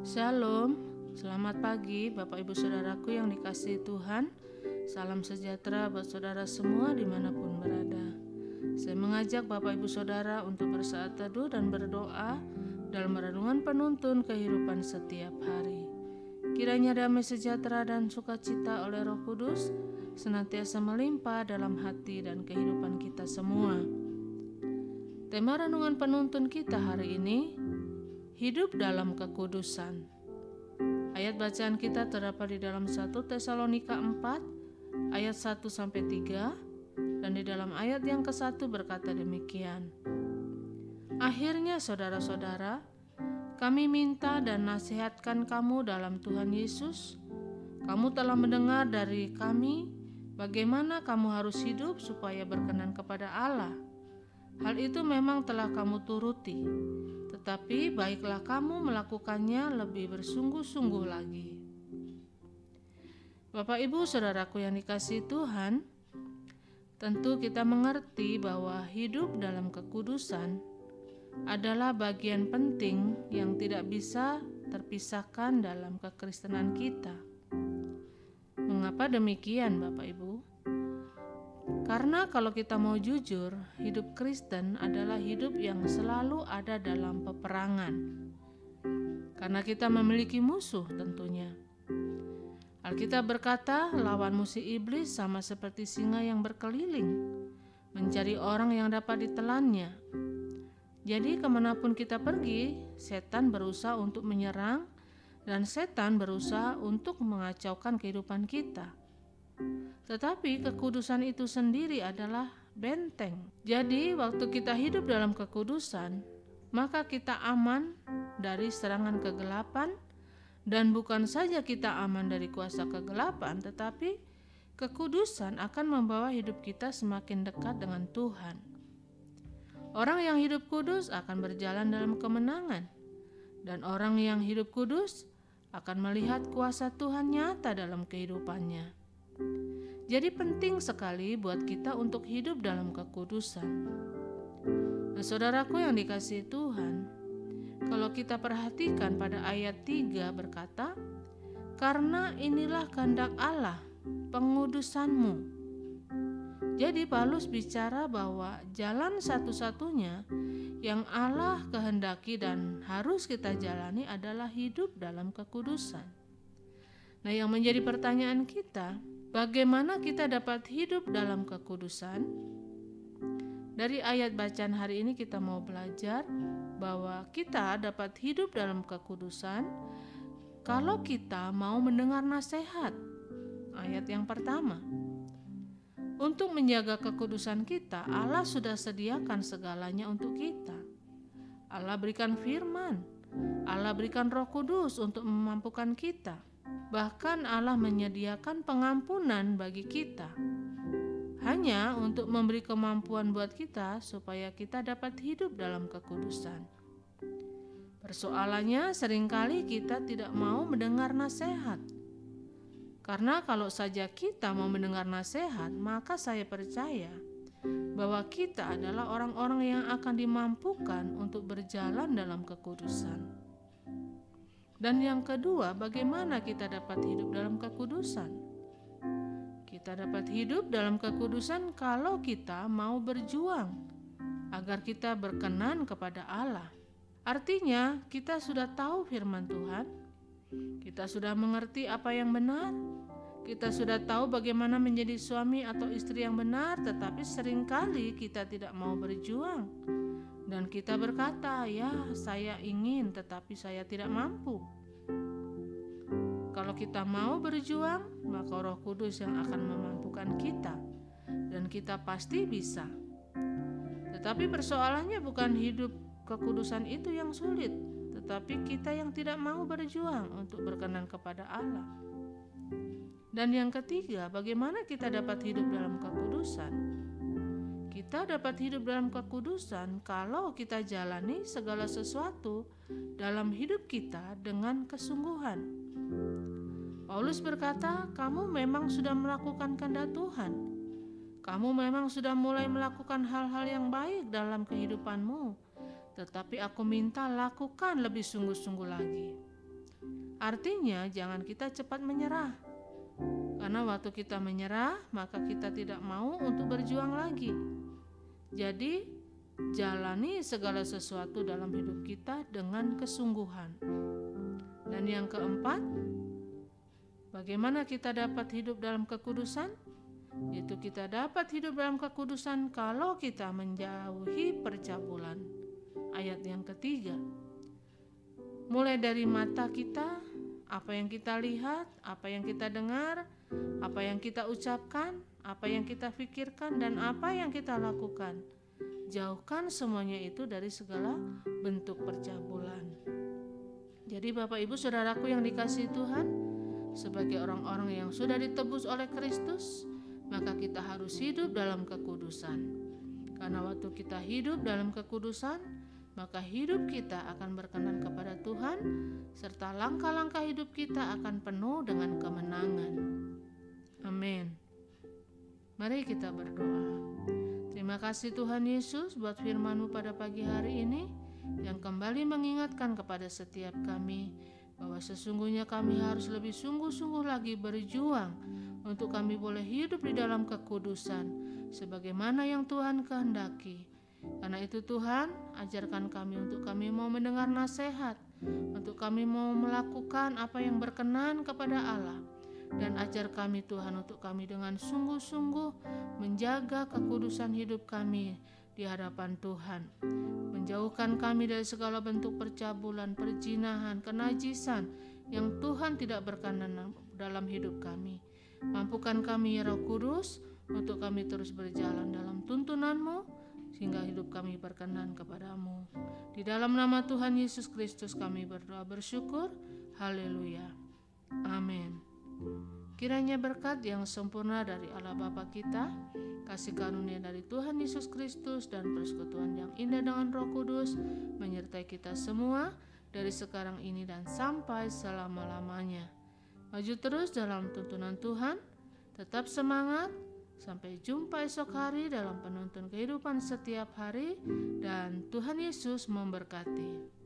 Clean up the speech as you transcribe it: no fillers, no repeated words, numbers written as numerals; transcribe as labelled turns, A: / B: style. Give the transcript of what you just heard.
A: Shalom, selamat pagi Bapak Ibu Saudaraku yang dikasihi Tuhan. Salam sejahtera buat saudara semua dimanapun berada. Saya mengajak Bapak Ibu Saudara untuk bersaat teduh dan berdoa dalam renungan penuntun kehidupan setiap hari. Kiranya damai sejahtera dan sukacita oleh Roh Kudus senantiasa melimpah dalam hati dan kehidupan kita semua. Tema renungan penuntun kita hari ini, hidup dalam kekudusan. Ayat bacaan kita terdapat di dalam 1 Tesalonika 4 ayat 1-3 dan di dalam ayat yang ke-1 berkata demikian. Akhirnya saudara-saudara, kami minta dan nasihatkan kamu dalam Tuhan Yesus. Kamu telah mendengar dari kami bagaimana kamu harus hidup supaya berkenan kepada Allah. Hal itu memang telah kamu turuti, tetapi baiklah kamu melakukannya lebih bersungguh-sungguh lagi. Bapak Ibu Saudaraku yang dikasihi Tuhan, tentu kita mengerti bahwa hidup dalam kekudusan adalah bagian penting yang tidak bisa terpisahkan dalam kekristenan kita. Mengapa demikian Bapak Ibu? Karena kalau kita mau jujur, hidup Kristen adalah hidup yang selalu ada dalam peperangan. Karena kita memiliki musuh tentunya. Alkitab berkata, lawan musuh iblis sama seperti singa yang berkeliling, mencari orang yang dapat ditelannya. Jadi kemanapun kita pergi, setan berusaha untuk menyerang dan setan berusaha untuk mengacaukan kehidupan kita. Tetapi kekudusan itu sendiri adalah benteng. Jadi waktu kita hidup dalam kekudusan, maka kita aman dari serangan kegelapan. Dan bukan saja kita aman dari kuasa kegelapan, tetapi kekudusan akan membawa hidup kita semakin dekat dengan Tuhan. Orang yang hidup kudus akan berjalan dalam kemenangan. Dan orang yang hidup kudus akan melihat kuasa Tuhan nyata dalam kehidupannya. Jadi penting sekali buat kita untuk hidup dalam kekudusan. Nah, saudaraku yang dikasihi Tuhan, kalau kita perhatikan pada ayat 3 berkata, karena inilah kehendak Allah, pengudusanmu. Jadi Paulus bicara bahwa jalan satu-satunya yang Allah kehendaki dan harus kita jalani adalah hidup dalam kekudusan. Nah, yang menjadi pertanyaan kita, bagaimana kita dapat hidup dalam kekudusan? Dari ayat bacaan hari ini kita mau belajar bahwa kita dapat hidup dalam kekudusan kalau kita mau mendengar nasihat. Ayat yang pertama. Untuk menjaga kekudusan kita, Allah sudah sediakan segalanya untuk kita. Allah berikan firman, Allah berikan Roh Kudus untuk memampukan kita. Bahkan Allah menyediakan pengampunan bagi kita. Hanya untuk memberi kemampuan buat kita supaya kita dapat hidup dalam kekudusan. Persoalannya seringkali kita tidak mau mendengar nasihat. Karena kalau saja kita mau mendengar nasihat, maka saya percaya bahwa kita adalah orang-orang yang akan dimampukan untuk berjalan dalam kekudusan. Dan yang kedua, bagaimana kita dapat hidup dalam kekudusan? Kita dapat hidup dalam kekudusan kalau kita mau berjuang agar kita berkenan kepada Allah. Artinya, kita sudah tahu firman Tuhan, kita sudah mengerti apa yang benar, kita sudah tahu bagaimana menjadi suami atau istri yang benar, tetapi seringkali kita tidak mau berjuang. Dan kita berkata, ya saya ingin tetapi saya tidak mampu. Kalau kita mau berjuang, maka Roh Kudus yang akan memampukan kita. Dan kita pasti bisa. Tetapi persoalannya bukan hidup kekudusan itu yang sulit, tetapi kita yang tidak mau berjuang untuk berkenan kepada Allah. Dan yang ketiga, bagaimana kita dapat hidup dalam kekudusan? Kita dapat hidup dalam kekudusan kalau kita jalani segala sesuatu dalam hidup kita dengan kesungguhan. Paulus berkata, kamu memang sudah melakukan kehendak Tuhan. Kamu memang sudah mulai melakukan hal-hal yang baik dalam kehidupanmu. Tetapi aku minta lakukan lebih sungguh-sungguh lagi. Artinya jangan kita cepat menyerah. Karena waktu kita menyerah, maka kita tidak mau untuk berjuang lagi. Jadi, jalani segala sesuatu dalam hidup kita dengan kesungguhan. Dan yang keempat, bagaimana kita dapat hidup dalam kekudusan? Yaitu kita dapat hidup dalam kekudusan kalau kita menjauhi percabulan. Ayat yang ketiga, mulai dari mata kita, apa yang kita lihat, apa yang kita dengar, apa yang kita ucapkan, apa yang kita pikirkan, dan apa yang kita lakukan. Jauhkan semuanya itu dari segala bentuk percabulan. Jadi Bapak Ibu Saudaraku yang dikasihi Tuhan, sebagai orang-orang yang sudah ditebus oleh Kristus, maka kita harus hidup dalam kekudusan. Karena waktu kita hidup dalam kekudusan, maka hidup kita akan berkenan kepada Tuhan, serta langkah-langkah hidup kita akan penuh dengan kemenangan. Amin. Mari kita berdoa. Terima kasih Tuhan Yesus buat firman-Mu pada pagi hari ini, yang kembali mengingatkan kepada setiap kami bahwa sesungguhnya kami harus lebih sungguh-sungguh lagi berjuang untuk kami boleh hidup di dalam kekudusan sebagaimana yang Tuhan kehendaki. Karena itu Tuhan, ajarkan kami untuk kami mau mendengar nasihat, untuk kami mau melakukan apa yang berkenan kepada Allah. Dan ajar kami Tuhan untuk kami dengan sungguh-sungguh menjaga kekudusan hidup kami di hadapan Tuhan. Menjauhkan kami dari segala bentuk percabulan, perzinahan, kenajisan yang Tuhan tidak berkenan dalam hidup kami. Mampukan kami ya Roh Kudus untuk kami terus berjalan dalam tuntunan-Mu sehingga hidup kami berkenan kepadamu. Di dalam nama Tuhan Yesus Kristus kami berdoa bersyukur. Haleluya. Amin. Kiranya berkat yang sempurna dari Allah Bapa kita, kasih karunia dari Tuhan Yesus Kristus, dan persekutuan yang indah dengan Roh Kudus menyertai kita semua dari sekarang ini dan sampai selama-lamanya. Maju terus dalam tuntunan Tuhan, tetap semangat. Sampai jumpa esok hari dalam penuntun kehidupan setiap hari, dan Tuhan Yesus memberkati.